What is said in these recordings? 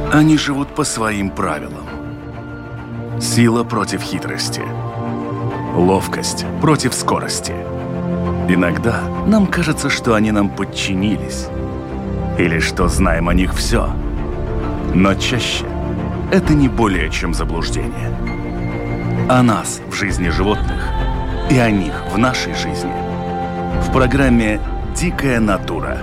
Они живут по своим правилам. Сила против хитрости. Ловкость против скорости. Иногда нам кажется, что они нам подчинились. Или что знаем о них все. Но чаще это не более чем заблуждение. О нас в жизни животных и о них в нашей жизни. В программе «Дикая натура».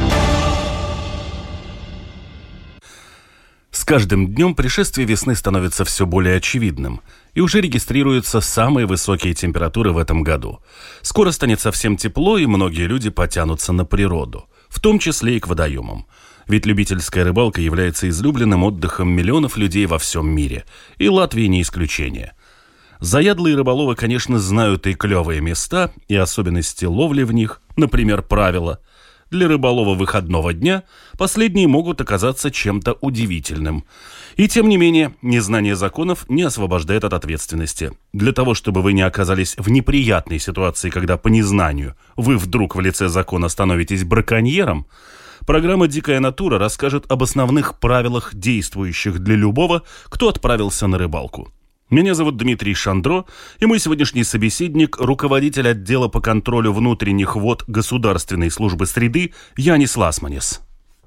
С каждым днем пришествие весны становится все более очевидным, и уже регистрируются самые высокие температуры в этом году. Скоро станет совсем тепло, и многие люди потянутся на природу, в том числе и к водоемам. Ведь любительская рыбалка является излюбленным отдыхом миллионов людей во всем мире, и Латвия не исключение. Заядлые рыболовы, конечно, знают и клевые места, и особенности ловли в них, например, правила. Для рыболова выходного дня последние могут оказаться чем-то удивительным. И тем не менее, незнание законов не освобождает от ответственности. Для того, чтобы вы не оказались в неприятной ситуации, когда по незнанию вы вдруг в лице закона становитесь браконьером, программа «Дикая натура» расскажет об основных правилах, действующих для любого, кто отправился на рыбалку. Меня зовут Дмитрий Шандро, и мой сегодняшний собеседник – руководитель отдела по контролю внутренних вод Государственной службы среды Янис Ласманис.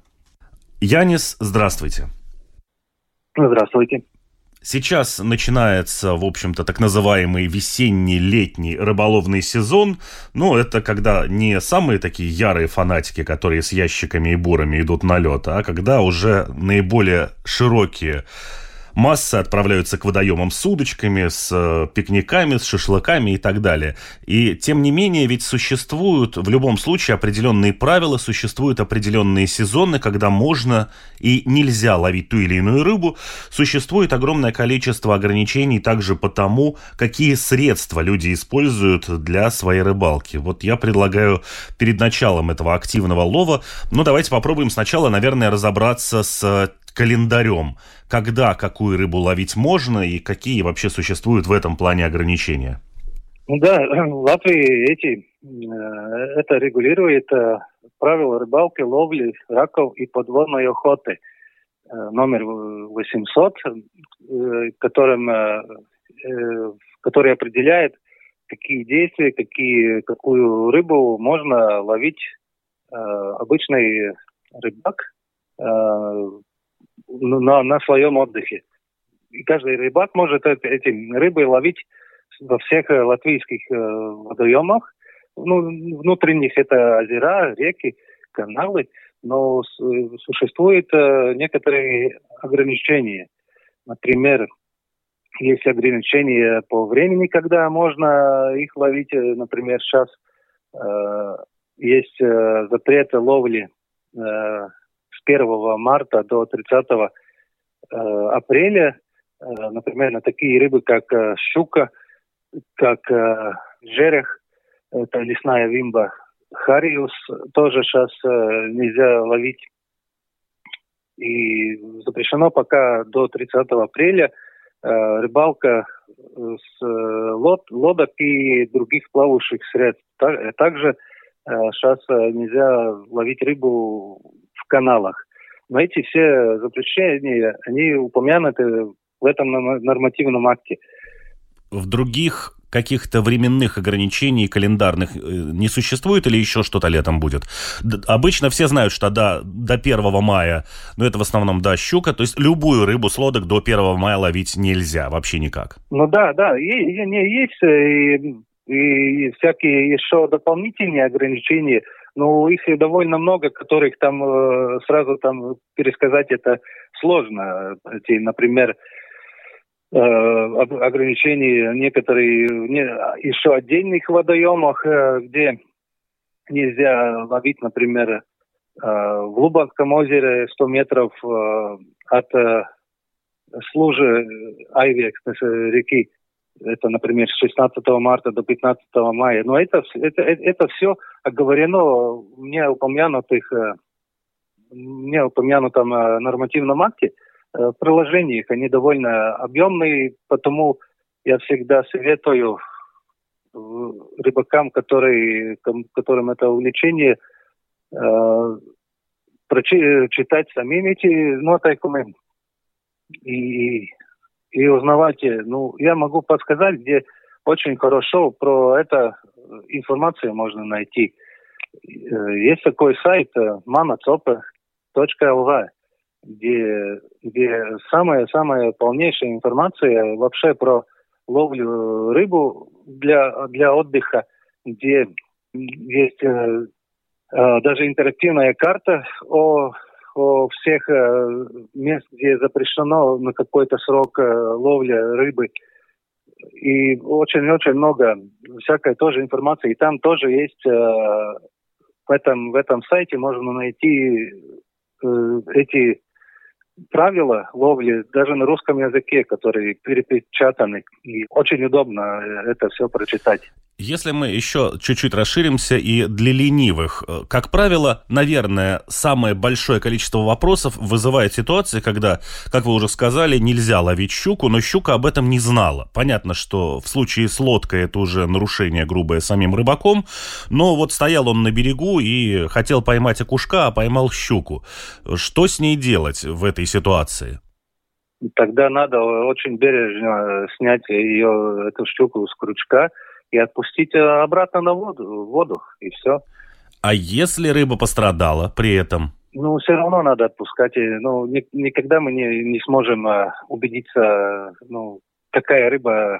Янис, здравствуйте. Здравствуйте. Сейчас начинается, в общем-то, так называемый весенний-летний рыболовный сезон. Ну, это когда не самые такие ярые фанатики, которые с ящиками и бурами идут на лед, а когда уже наиболее широкие массы отправляются к водоемам с удочками, с пикниками, с шашлыками и так далее. И тем не менее, ведь существуют в любом случае определенные правила, существуют определенные сезоны, когда можно и нельзя ловить ту или иную рыбу. Существует огромное количество ограничений также по тому, какие средства люди используют для своей рыбалки. Вот я предлагаю перед началом этого активного лова, давайте попробуем сначала, наверное, разобраться с календарем, когда какую рыбу ловить можно и какие вообще существуют в этом плане ограничения. Да, в Латвии это регулирует правила рыбалки, ловли раков и подводной охоты. Номер 800, который определяет, какие действия, какую рыбу можно ловить обычный рыбак на своем отдыхе. И каждый рыбак может эти рыбы ловить во всех латвийских водоемах. Внутренних это озера, реки, каналы, но существуют некоторые ограничения. Например, есть ограничения по времени, когда можно их ловить. Например, сейчас есть запрет ловли с 1 марта до 30 апреля, например, на такие рыбы, как щука, как жерех, это лесная вимба, хариус, тоже сейчас нельзя ловить. И запрещено пока до 30 апреля рыбалка с лодок и других плавающих средств. Также сейчас нельзя ловить рыбу в каналах. Но эти все запрещения, они упомянуты в этом нормативном акте. В других каких-то временных ограничений календарных не существует или еще что-то летом будет? Обычно все знают, что до 1 мая, но это в основном, щука, то есть любую рыбу с лодок до 1 мая ловить нельзя, вообще никак. Есть и всякие еще дополнительные ограничения, но их довольно много, которых там сразу пересказать это сложно. Например, ограничения некоторые еще отдельных водоемах, где нельзя ловить, например, в Лубанском озере 100 метров от Служи Айвекс реки. Это, например, с 16 марта до 15 мая. Но это все оговорено в мне упомянутом нормативном акте. В приложениях они довольно объемные, потому я всегда советую рыбакам, которым это увлечение, прочитать самим эти нотайкумы и узнавать. Ну, я могу подсказать, где очень хорошо про это информацию можно найти. Есть такой сайт manacope.lv, где самая полнейшая информация вообще про ловлю рыбу для отдыха, где есть даже интерактивная карта о всех мест, где запрещено на какой-то срок ловля рыбы. И очень-очень много всякой тоже информации. И там тоже есть в этом сайте можно найти эти правила ловли даже на русском языке, которые перепечатаны. И очень удобно это все прочитать. Если мы еще чуть-чуть расширимся и для ленивых, как правило, наверное, самое большое количество вопросов вызывает ситуация, когда, как вы уже сказали, нельзя ловить щуку, но щука об этом не знала. Понятно, что в случае с лодкой это уже нарушение грубое самим рыбаком, но вот стоял он на берегу и хотел поймать окушка, а поймал щуку. Что с ней делать в этой ситуации? Тогда надо очень бережно снять эту щуку с крючка и отпустить обратно на воду, и все. А если рыба пострадала при этом? Ну, все равно надо отпускать. Ну, никогда мы не сможем убедиться, какая рыба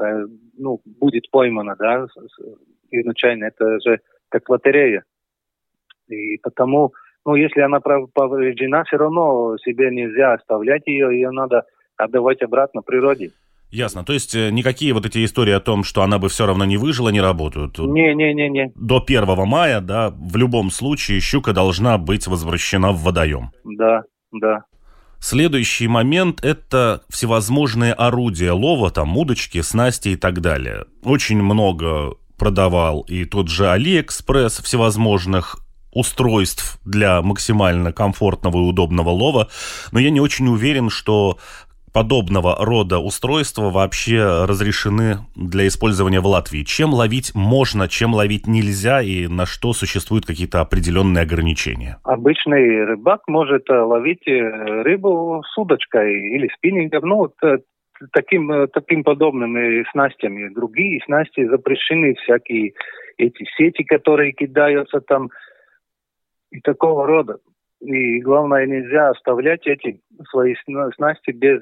будет поймана, да, изначально. Это же как лотерея. И потому, если она повреждена, все равно себе нельзя оставлять ее надо отдавать обратно природе. Ясно. То есть никакие вот эти истории о том, что она бы все равно не выжила, не работают? Не. До 1 мая, да, в любом случае щука должна быть возвращена в водоем. Да. Следующий момент – это всевозможные орудия лова, там удочки, снасти и так далее. Очень много продавал и тот же Алиэкспресс всевозможных устройств для максимально комфортного и удобного лова, но я не очень уверен, что подобного рода устройства вообще разрешены для использования в Латвии. Чем ловить можно, чем ловить нельзя и на что существуют какие-то определенные ограничения? Обычный рыбак может ловить рыбу с удочкой или спиннингом, таким подобным снастями. Другие снасти запрещены, всякие эти сети, которые кидаются там и такого рода. И главное, нельзя оставлять эти свои снасти без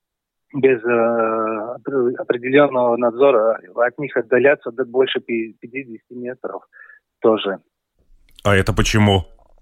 определенного надзора. От них отдаляться до больше 50 метров тоже. А это почему?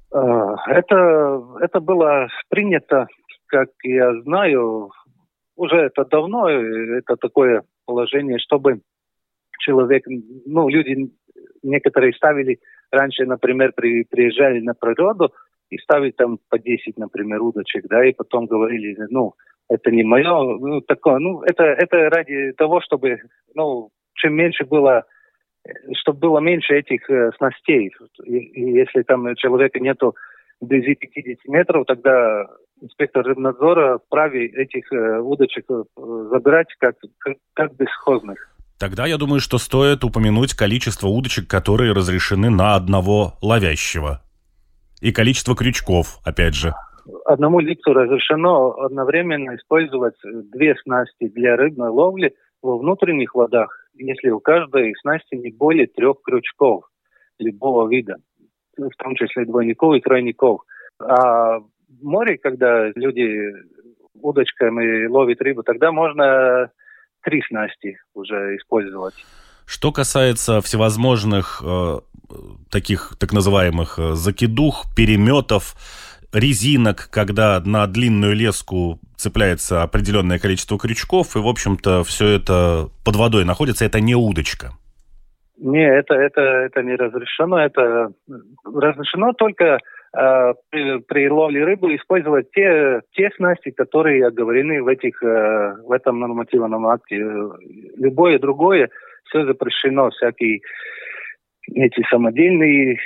Это было принято, как я знаю, уже это давно, это такое положение, чтобы человек, люди некоторые ставили раньше, например, приезжали на природу и ставили там по 10, например, удочек, да, и потом говорили, это не мое, это ради того, чтобы, чем меньше было, чтобы было меньше этих снастей. И если там у человека нету вблизи 50 метров, тогда инспектор рыбнадзора вправе этих удочек забирать как бесхозных. Тогда я думаю, что стоит упомянуть количество удочек, которые разрешены на одного ловящего. И количество крючков, опять же. Одному лицу разрешено одновременно использовать 2 снасти для рыбной ловли во внутренних водах, если у каждой снасти не более 3 крючков любого вида, в том числе двойников и тройников. А в море, когда люди удочками ловят рыбу, тогда можно 3 снасти уже использовать. Что касается всевозможных таких так называемых закидух, переметов, резинок, когда на длинную леску цепляется определенное количество крючков, и, в общем-то, все это под водой находится, это не удочка. Не, это не разрешено. Это разрешено только при ловле рыбы использовать те снасти, которые оговорены в этом нормативном акте. Любое другое все запрещено, всякие эти самодельные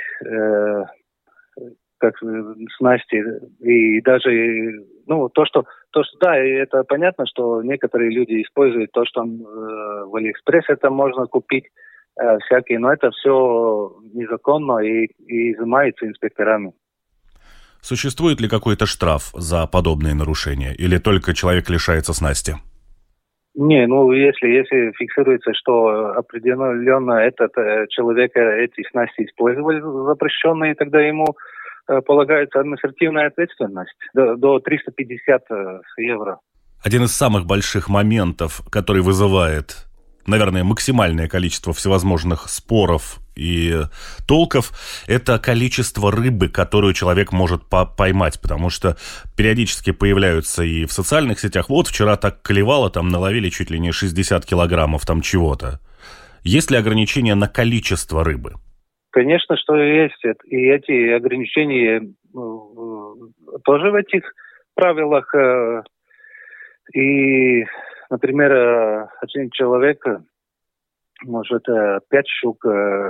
снасти, и даже то, что да, это понятно, что некоторые люди используют то, что в Алиэкспресс это можно купить всякие, но это все незаконно и изымается инспекторами. Существует ли какой-то штраф за подобные нарушения? Или только человек лишается снасти? Не, если фиксируется, что определенно этот человек эти снасти использовал запрещенные, тогда ему полагается административная ответственность до 350 евро. Один из самых больших моментов, который вызывает, наверное, максимальное количество всевозможных споров и толков, это количество рыбы, которую человек может поймать, потому что периодически появляются и в социальных сетях. Вот вчера так клевало, там наловили чуть ли не 60 килограммов там чего-то. Есть ли ограничения на количество рыбы? Конечно, что есть. И эти ограничения тоже в этих правилах. И, например, один человек может 5 штук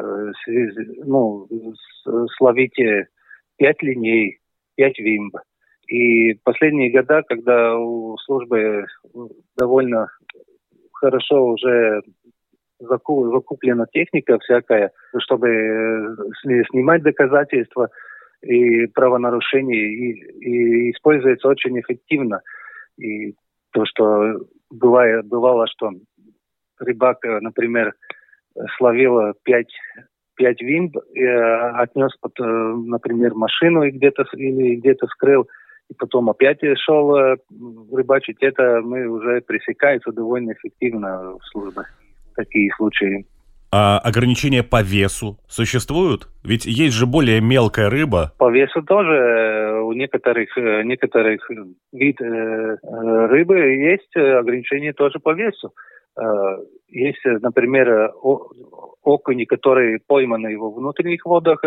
словить 5 линей, 5 вимб. И последние года, когда у службы довольно хорошо уже закуплена техника всякая, чтобы снимать доказательства и правонарушения, и используется очень эффективно. И то, что бывало, что рыбак, например, словил 5 вимб, отнес под, например, машину и где-то скрыл, и потом опять шел рыбачить. Это мы уже пресекается довольно эффективно в службе. Такие случаи. А ограничения по весу существуют? Ведь есть же более мелкая рыба. По весу тоже у некоторых вид рыбы есть ограничения тоже по весу. Есть, например, окуни, которые пойманы во внутренних водах,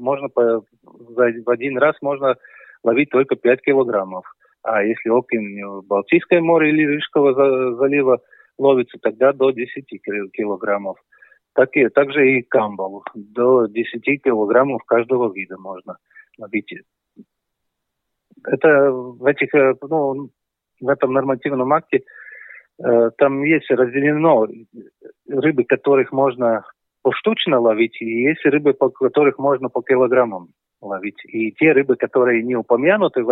в один раз можно ловить только 5 килограммов. А если окунь в Балтийское море или Рижского залива ловится, тогда до 10 килограммов. Также и камбалу. До 10 килограммов каждого вида можно ловить. Это в этом нормативном акте там есть разделено рыбы, которых можно поштучно ловить, и есть рыбы, которых можно по килограммам ловить. И те рыбы, которые не упомянуты в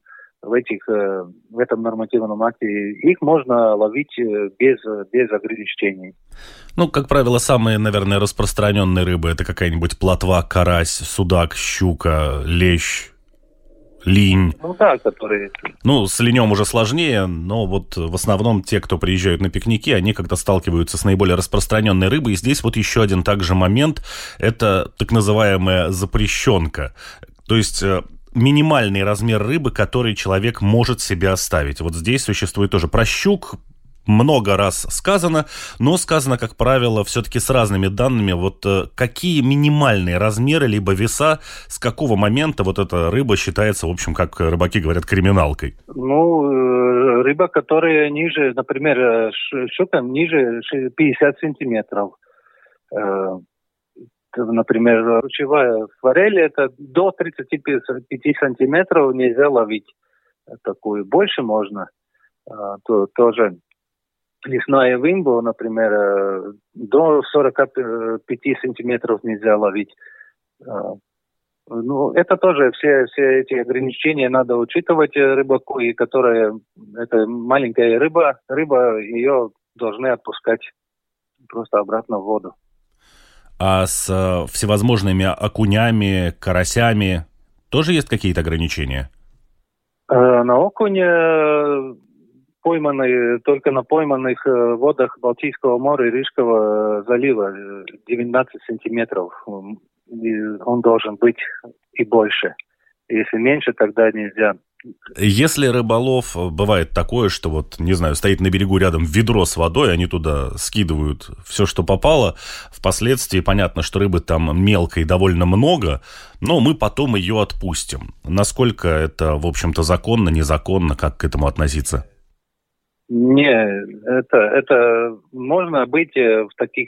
этом нормативном акте, их можно ловить без ограничений. Ну, как правило, самые, наверное, распространенные рыбы — это какая-нибудь плотва, карась, судак, щука, лещ, линь. Которые... С линем уже сложнее, но вот в основном те, кто приезжают на пикники, они как-то сталкиваются с наиболее распространенной рыбой. И здесь вот еще один также момент — это так называемая запрещенка. То есть минимальный размер рыбы, который человек может себе оставить. Вот здесь существует тоже про щук. Много раз сказано, но сказано, как правило, все-таки с разными данными. Вот какие минимальные размеры либо веса, с какого момента вот эта рыба считается, в общем, как рыбаки говорят, криминалкой? Рыба, которая ниже, например, щука ниже 50 сантиметров. Например, ручевая форель, это до 35 сантиметров нельзя ловить. Такую больше можно. Тоже лесная вимба, например, до 45 сантиметров нельзя ловить. Это тоже все эти ограничения надо учитывать рыбаку, и это маленькая рыба, ее должны отпускать просто обратно в воду. А с всевозможными окунями, карасями тоже есть какие-то ограничения? На окуня только на пойманных водах Балтийского моря и Рижского залива 19 сантиметров. Он должен быть и больше. Если меньше, тогда нельзя. Если рыболов, бывает такое, что стоит на берегу рядом ведро с водой, они туда скидывают все, что попало, впоследствии понятно, что рыбы там мелкой довольно много, но мы потом ее отпустим. Насколько это, в общем-то, законно, незаконно, как к этому относиться? Не, это можно быть в таких,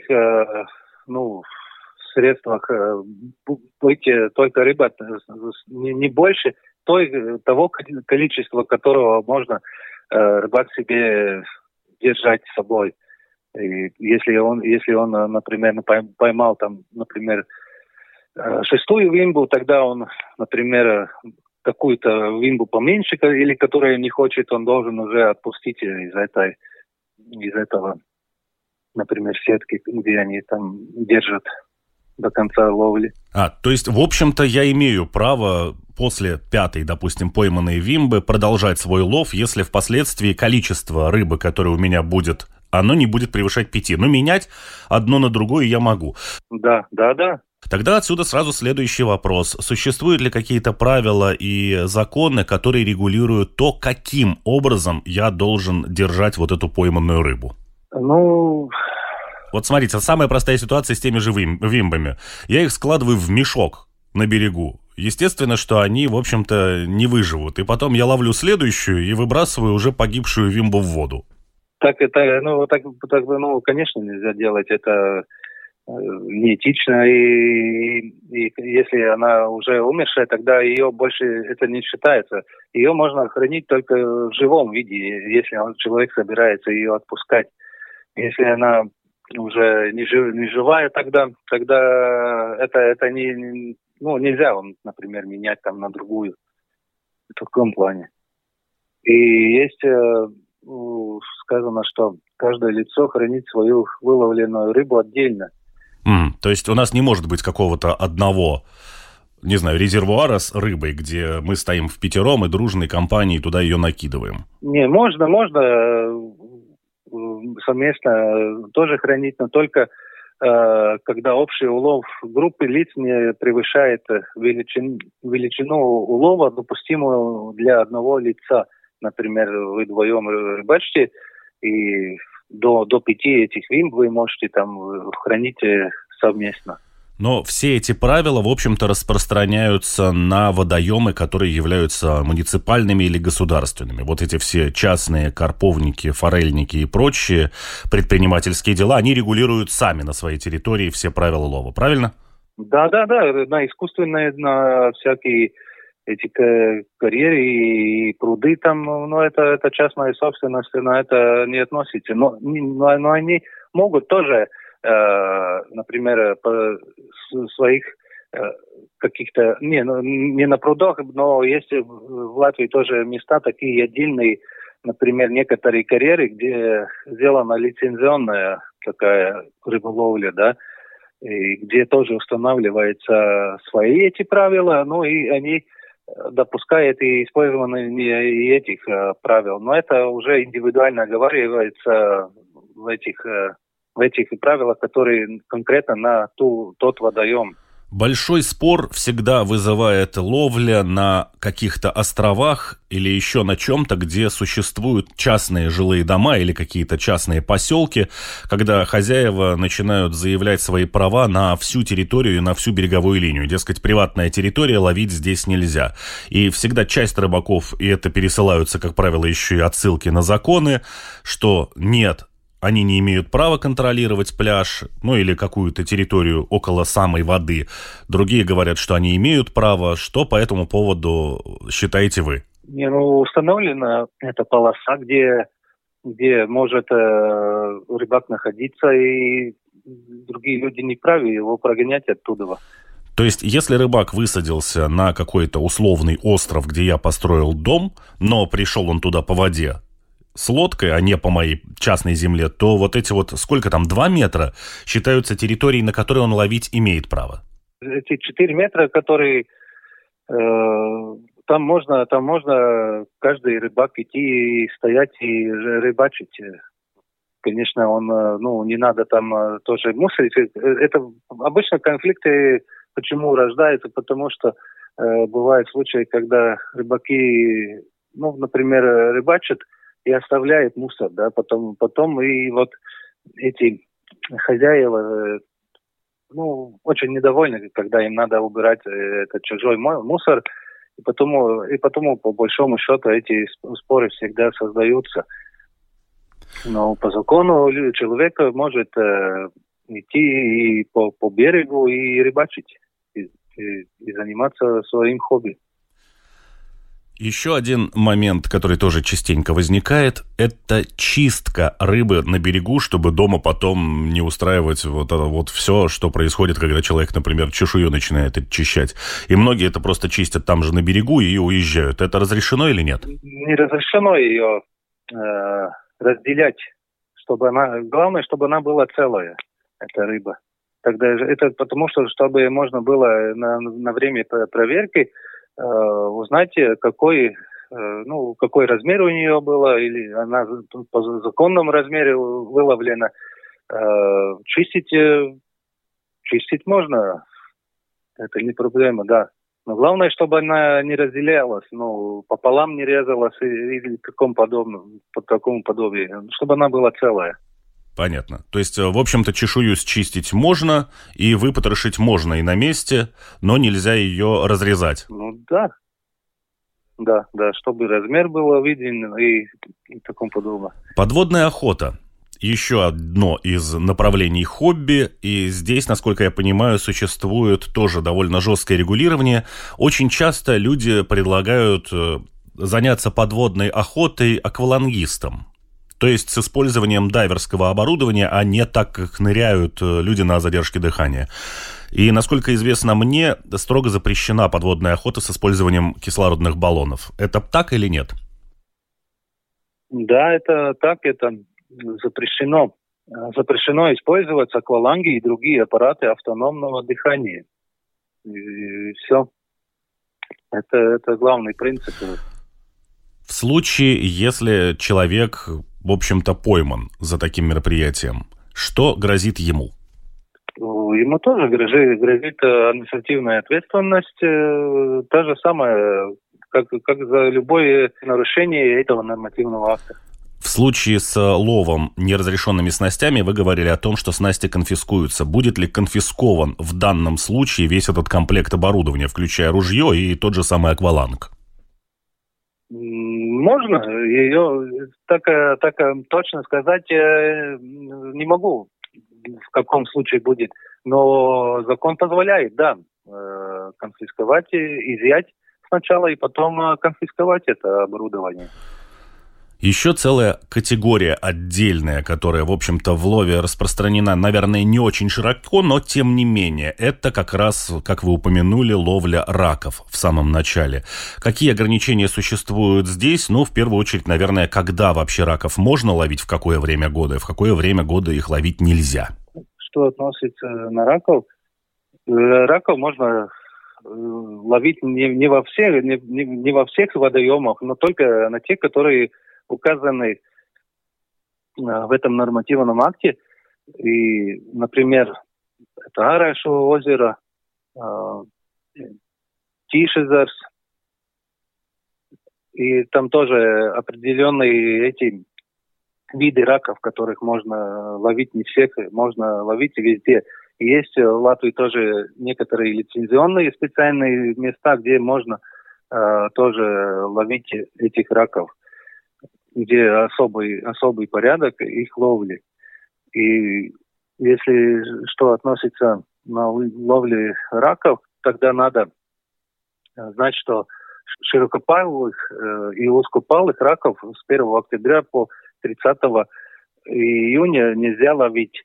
средствах, быть только рыба, не больше того количества, которого можно рыбак себе держать с собой. И если он, например, поймал там, например, 6-ю вимбу, тогда он, например, какую-то вимбу поменьше, или которая не хочет, он должен уже отпустить из этого, например, сетки, где они там держат до конца ловли. То есть, в общем-то, я имею право после пятой, допустим, пойманной вимбы продолжать свой лов, если впоследствии количество рыбы, которое у меня будет, оно не будет превышать 5. Но менять одно на другое я могу. Да. Тогда отсюда сразу следующий вопрос. Существуют ли какие-то правила и законы, которые регулируют то, каким образом я должен держать вот эту пойманную рыбу? Вот смотрите, самая простая ситуация с теми же вимбами. Я их складываю в мешок на берегу. Естественно, что они, в общем-то, не выживут. И потом я ловлю следующую и выбрасываю уже погибшую вимбу в воду. Конечно, нельзя делать. Это неэтично. И если она уже умершая, тогда ее больше это не считается. Ее можно хранить только в живом виде, если человек собирается ее отпускать. Если она уже не живая, тогда это нельзя, например, менять там на другую. В таком плане. И есть сказано, что каждое лицо хранит свою выловленную рыбу отдельно. То есть у нас не может быть какого-то одного, не знаю, резервуара с рыбой, где мы стоим впятером и дружной компанией туда ее накидываем. Не, можно совместно тоже хранить, но только когда общий улов группы лиц не превышает величину улова, допустимую для одного лица. Например, вы вдвоем рыбачите, и до 5 этих вимб вы можете там хранить совместно. Но все эти правила, в общем-то, распространяются на водоемы, которые являются муниципальными или государственными. Вот эти все частные карповники, форельники и прочие предпринимательские дела, они регулируют сами на своей территории все правила лова, правильно? Да, на искусственные, на всякие эти карьеры и пруды там, это частная собственность, на это не относится. Но они могут тоже, например, своих каких-то, не на прудах, но есть в Латвии тоже места такие отдельные, например, некоторые карьеры, где сделана лицензионная такая рыболовля, да, и где тоже устанавливаются свои эти правила, и они допускают и использование и этих правил. Но это уже индивидуально оговаривается в этих правилах, которые конкретно на тот водоем. Большой спор всегда вызывает ловля на каких-то островах или еще на чем-то, где существуют частные жилые дома или какие-то частные поселки, когда хозяева начинают заявлять свои права на всю территорию и на всю береговую линию. Дескать, приватная территория, ловить здесь нельзя. И всегда часть рыбаков, и это пересылаются, как правило, еще и отсылки на законы, что нет, они не имеют права контролировать пляж, или какую-то территорию около самой воды. Другие говорят, что они имеют право. Что по этому поводу считаете вы? Установлена эта полоса, где может рыбак находиться, и другие люди не вправе его прогонять оттуда. То есть, если рыбак высадился на какой-то условный остров, где я построил дом, но пришел он туда по воде, с лодкой, а не по моей частной земле, то вот эти сколько там, 2 метра считаются территорией, на которой он ловить имеет право? Эти 4 метра, которые там можно каждый рыбак идти и стоять и рыбачить. Конечно, он, не надо там тоже мусорить. Это обычно конфликты почему рождаются, потому что бывают случаи, когда рыбаки, например, рыбачат и оставляет мусор, да, потом и вот эти хозяева, очень недовольны, когда им надо убирать этот чужой мусор, и потому по большому счету эти споры всегда создаются. Но по закону человек может идти и по берегу и рыбачить, и заниматься своим хобби. Еще один момент, который тоже частенько возникает, это чистка рыбы на берегу, чтобы дома потом не устраивать вот это вот все, что происходит, когда человек, например, чешую начинает очищать. И многие это просто чистят там же на берегу и уезжают. Это разрешено или нет? Не разрешено ее разделять, чтобы она, главное, чтобы она была целая, эта рыба. Тогда это потому что, чтобы можно было на время проверки узнать, какой размер у нее было, или она по законному размеру выловлена. Чистить можно, это не проблема, да. Но главное, чтобы она не разделялась, пополам не резалась или по такому подобию, чтобы она была целая. Понятно. То есть, в общем-то, чешую счистить можно, и выпотрошить можно и на месте, но нельзя ее разрезать. Да. Да, чтобы размер был виден и такому подобное. Подводная охота. Еще одно из направлений хобби, и здесь, насколько я понимаю, существует тоже довольно жесткое регулирование. Очень часто люди предлагают заняться подводной охотой аквалангистом. То есть с использованием дайверского оборудования, а не так, как ныряют люди на задержке дыхания. И, насколько известно мне, строго запрещена подводная охота с использованием кислородных баллонов. Это так или нет? Да, это так, это запрещено. Запрещено использовать акваланги и другие аппараты автономного дыхания. И все. Это главный принцип. В случае, если человек, в общем-то, пойман за таким мероприятием, что грозит ему? Ему тоже грозит административная ответственность, та же самая, как за любое нарушение этого нормативного акта. В случае с ловом неразрешенными снастями вы говорили о том, что снасти конфискуются. Будет ли конфискован в данном случае весь этот комплект оборудования, включая ружье и тот же самый акваланг? Можно. Ее так точно сказать не могу, в каком случае будет. Но закон позволяет, да, конфисковать, изъять сначала и потом конфисковать это оборудование. Еще целая категория отдельная, которая, в общем-то, в лове распространена, наверное, не очень широко, но тем не менее. Это как раз, как вы упомянули, ловля раков в самом начале. Какие ограничения существуют здесь? В первую очередь, наверное, когда вообще раков можно ловить, в какое время года, и в какое время года их ловить нельзя? Что относится на раков? Раков можно ловить не во всех водоемах, но только на тех, которые указаны в этом нормативном акте. И, например, это Арашево озеро, Тишезерс. И там тоже определенные эти виды раков, которых можно ловить не всех, можно ловить везде. И есть в Латвии тоже некоторые лицензионные специальные места, где можно тоже ловить этих раков, где особый порядок их ловли. И если что относится на ловле раков, тогда надо знать, что широкопалых и узкопалых раков с 1 октября по 30 июня нельзя ловить.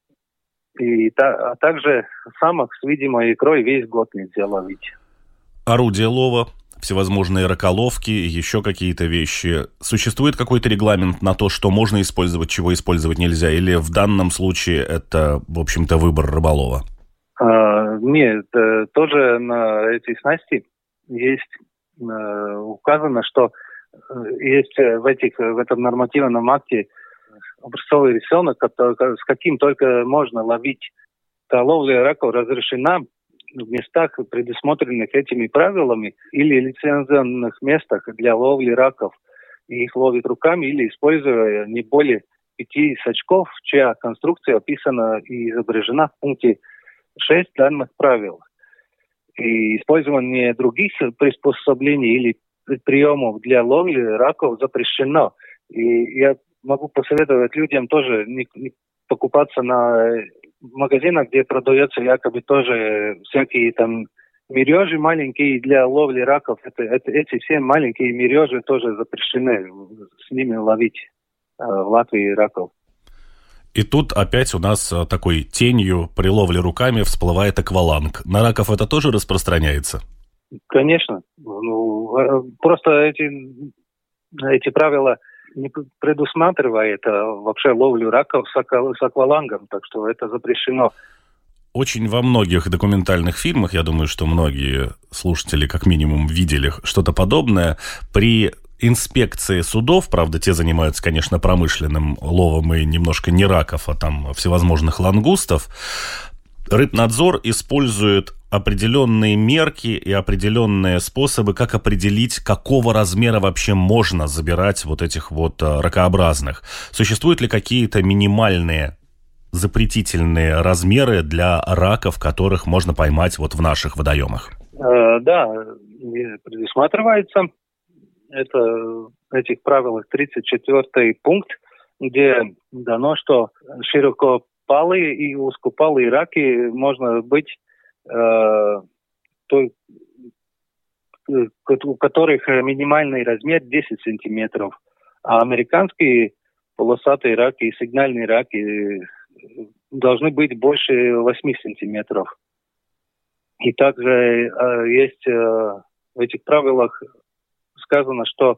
А также самок с видимой икрой весь год нельзя ловить. Орудие лова, всевозможные раколовки, еще какие-то вещи. Существует какой-то регламент на то, что можно использовать, чего использовать нельзя? Или в данном случае это, в общем-то, выбор рыболова? Нет, тоже на эти снасти есть указано, что есть в этом нормативном акте образцовый рисунок, с каким только можно ловить. Ловля раков разрешена в местах, предусмотренных этими правилами, или лицензионных местах для ловли раков. И их ловят руками или используя не более 5 сачков, чья конструкция описана и изображена в пункте 6 данных правил. И использование других приспособлений или приемов для ловли раков запрещено. И я могу посоветовать людям тоже не покупаться на магазинах, где продается якобы тоже всякие там Мережи маленькие для ловли раков, эти все маленькие мережи тоже запрещены с ними ловить в Латвии раков. И тут опять у нас такой тенью при ловле руками всплывает акваланг. На раков это тоже распространяется? Конечно. Просто эти правила не предусматривают вообще ловлю раков с аквалангом, так что это запрещено. Очень во многих документальных фильмах, я думаю, что многие слушатели как минимум видели что-то подобное, при инспекции судов, правда, те занимаются, конечно, промышленным ловом и немножко не раков, а там всевозможных лангустов, Рыбнадзор использует определенные мерки и определенные способы, как определить, какого размера вообще можно забирать вот этих вот ракообразных. Существуют ли какие-то минимальные запретительные размеры для раков, которых можно поймать вот в наших водоемах? Да, предусматривается. Это в этих правилах 34-й пункт, где дано, что широкопалые и узкопалые раки можно быть, у которых минимальный размер 10 сантиметров, а американские полосатые раки и сигнальные раки должны быть больше 8 сантиметров. И также есть в этих правилах сказано, что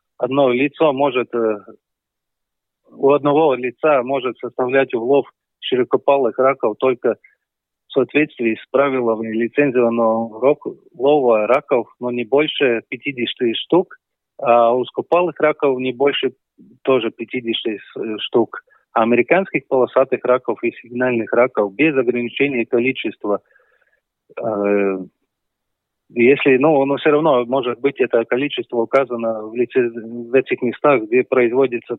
у одного лица может составлять улов широкопалых раков только в соответствии с правилами лицензионного лова раков, но не больше 50 штук, а узкопалых раков не больше тоже 50 штук. А американских полосатых раков и сигнальных раков без ограничения количества. Если, но все равно, может быть, это количество указано в этих местах, где проводится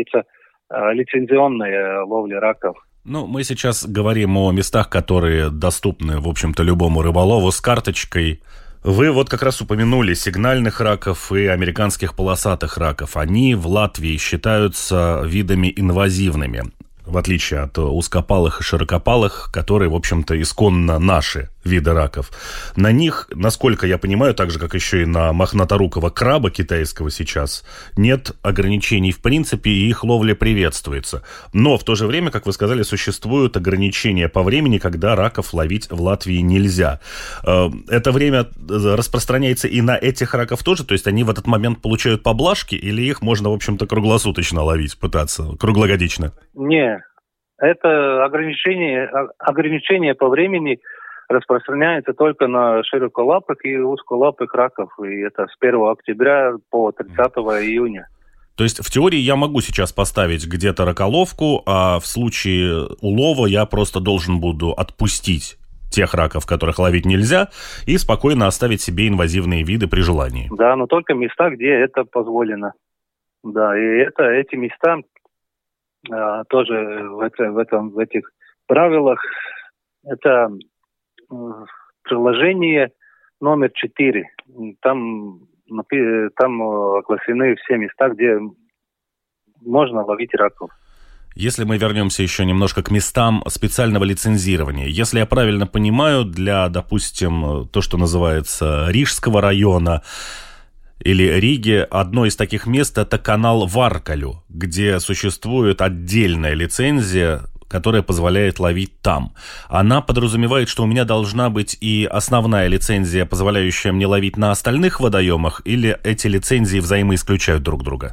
лицензионная ловля раков. Ну, мы сейчас говорим о местах, которые доступны, в общем-то, любому рыболову с карточкой. Вы вот как раз упомянули сигнальных раков и американских полосатых раков. Они в Латвии считаются видами инвазивными, в отличие от узкопалых и широкопалых, которые, в общем-то, исконно наши виды раков. На них, насколько я понимаю, так же, как еще и на мохнаторукого краба китайского сейчас, нет ограничений в принципе, и их ловля приветствуется. Но в то же время, как вы сказали, существуют ограничения по времени, когда раков ловить в Латвии нельзя. Это время распространяется и на этих раков тоже? То есть они в этот момент получают поблажки, или их можно, в общем-то, круглосуточно ловить, пытаться, круглогодично? Не, это ограничение по времени распространяется только на широколапых и узколапых раков. И это с 1 октября по 30 июня. То есть в теории я могу сейчас поставить где-то раколовку, а в случае улова я просто должен буду отпустить тех раков, которых ловить нельзя, и спокойно оставить себе инвазивные виды при желании. Да, но только места, где это позволено. Да, и эти места тоже в этих правилах. Это приложение номер 4. Там оглашены все места, где можно ловить раков. Если мы вернемся еще немножко к местам специального лицензирования. Если я правильно понимаю, для, допустим, то, что называется Рижского района или Риги, одно из таких мест – это канал Варкалю, где существует отдельная лицензия, которая позволяет ловить там. Она подразумевает, что у меня должна быть и основная лицензия, позволяющая мне ловить на остальных водоемах, или эти лицензии взаимоисключают друг друга?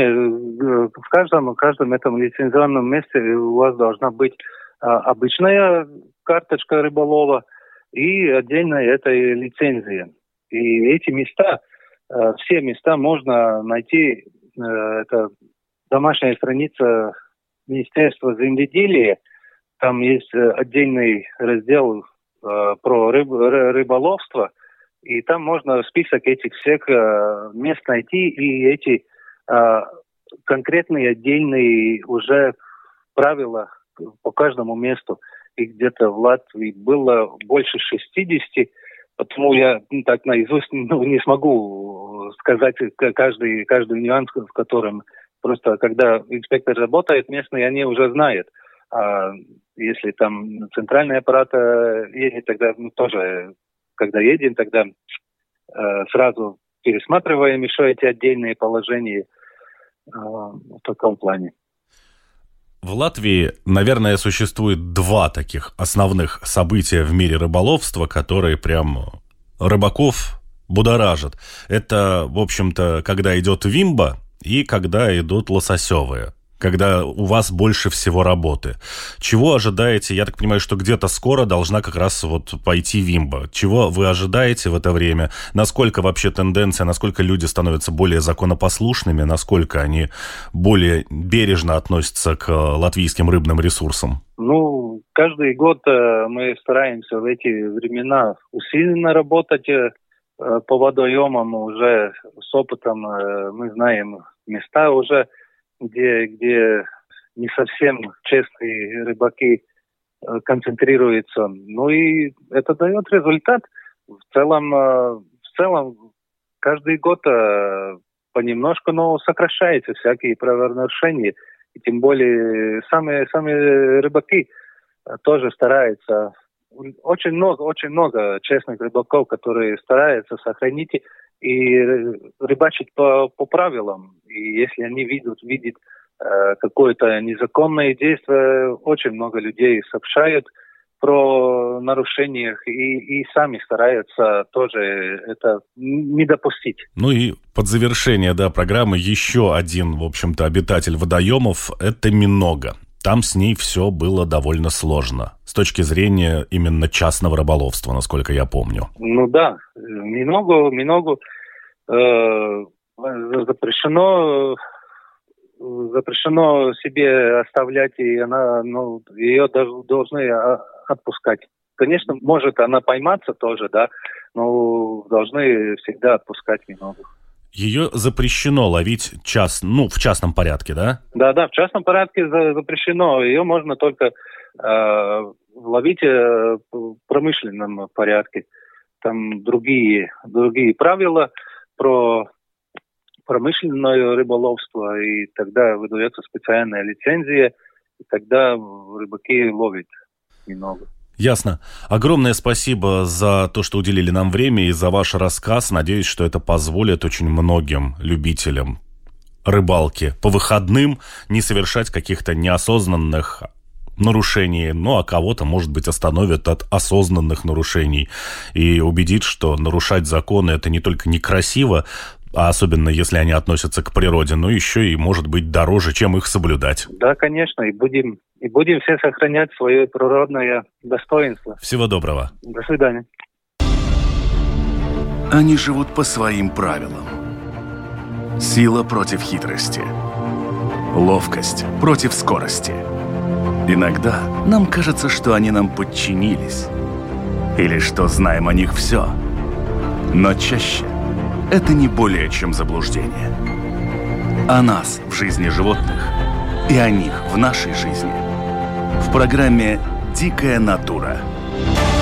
В каждом этом лицензионном месте у вас должна быть обычная карточка рыболова и отдельная эта лицензия. И эти места, все места можно найти, это домашняя страница Министерства земледелия, там есть отдельный раздел про рыболовство, и там можно список этих всех мест найти, и эти конкретные отдельные уже правила по каждому месту. Их где-то в Латвии было больше 60, потому я так наизусть не смогу сказать каждый нюанс, в котором просто когда инспектор работает местный, они уже знают. А если там центральный аппарат едет, тогда тоже когда едем, тогда сразу пересматриваем еще эти отдельные положения в таком плане. В Латвии, наверное, существует два таких основных события в мире рыболовства, которые прям рыбаков будоражат. Это, в общем-то, когда идет вимба и когда идут лососевые. Когда у вас больше всего работы. Чего ожидаете? Я так понимаю, что где-то скоро должна как раз вот пойти вимба. Чего вы ожидаете в это время? Насколько вообще тенденция, насколько люди становятся более законопослушными, насколько они более бережно относятся к латвийским рыбным ресурсам? Ну, каждый год мы стараемся в эти времена усиленно работать по водоемам, уже с опытом мы знаем места уже, где не совсем честные рыбаки концентрируются. Ну и это дает результат. В целом каждый год понемножку, но сокращаются всякие правонарушения. И тем более сами рыбаки тоже стараются. Очень много честных рыбаков, которые стараются сохранить и рыбачить по правилам. И если они видят какое-то незаконное действие, очень много людей сообщают про нарушения и сами стараются тоже это не допустить. Ну и под завершение программы еще один, в общем-то, обитатель водоемов – это Минога. Там с ней все было довольно сложно, с точки зрения именно частного рыболовства, насколько я помню. Ну да, Миногу запрещено себе оставлять, и ее должны отпускать. Конечно, может она пойматься тоже, да, но должны всегда отпускать Миногу. Ее запрещено ловить в частном порядке, да? Да, в частном порядке запрещено. Ее можно только ловить в промышленном порядке. Там другие правила про промышленное рыболовство, и тогда выдается специальная лицензия, и тогда рыбаки ловят Миногу. Ясно. Огромное спасибо за то, что уделили нам время и за ваш рассказ. Надеюсь, что это позволит очень многим любителям рыбалки по выходным не совершать каких-то неосознанных нарушений, а кого-то, может быть, остановят от осознанных нарушений и убедит, что нарушать законы – это не только некрасиво, а особенно если они относятся к природе, но еще и, может быть, дороже, чем их соблюдать. Да, конечно, и будем все сохранять свое природное достоинство. Всего доброго. До свидания. Они живут по своим правилам. Сила против хитрости. Ловкость против скорости. Иногда нам кажется, что они нам подчинились. Или что знаем о них все. Но чаще это не более чем заблуждение. О нас в жизни животных и о них в нашей жизни. В программе «Дикая натура».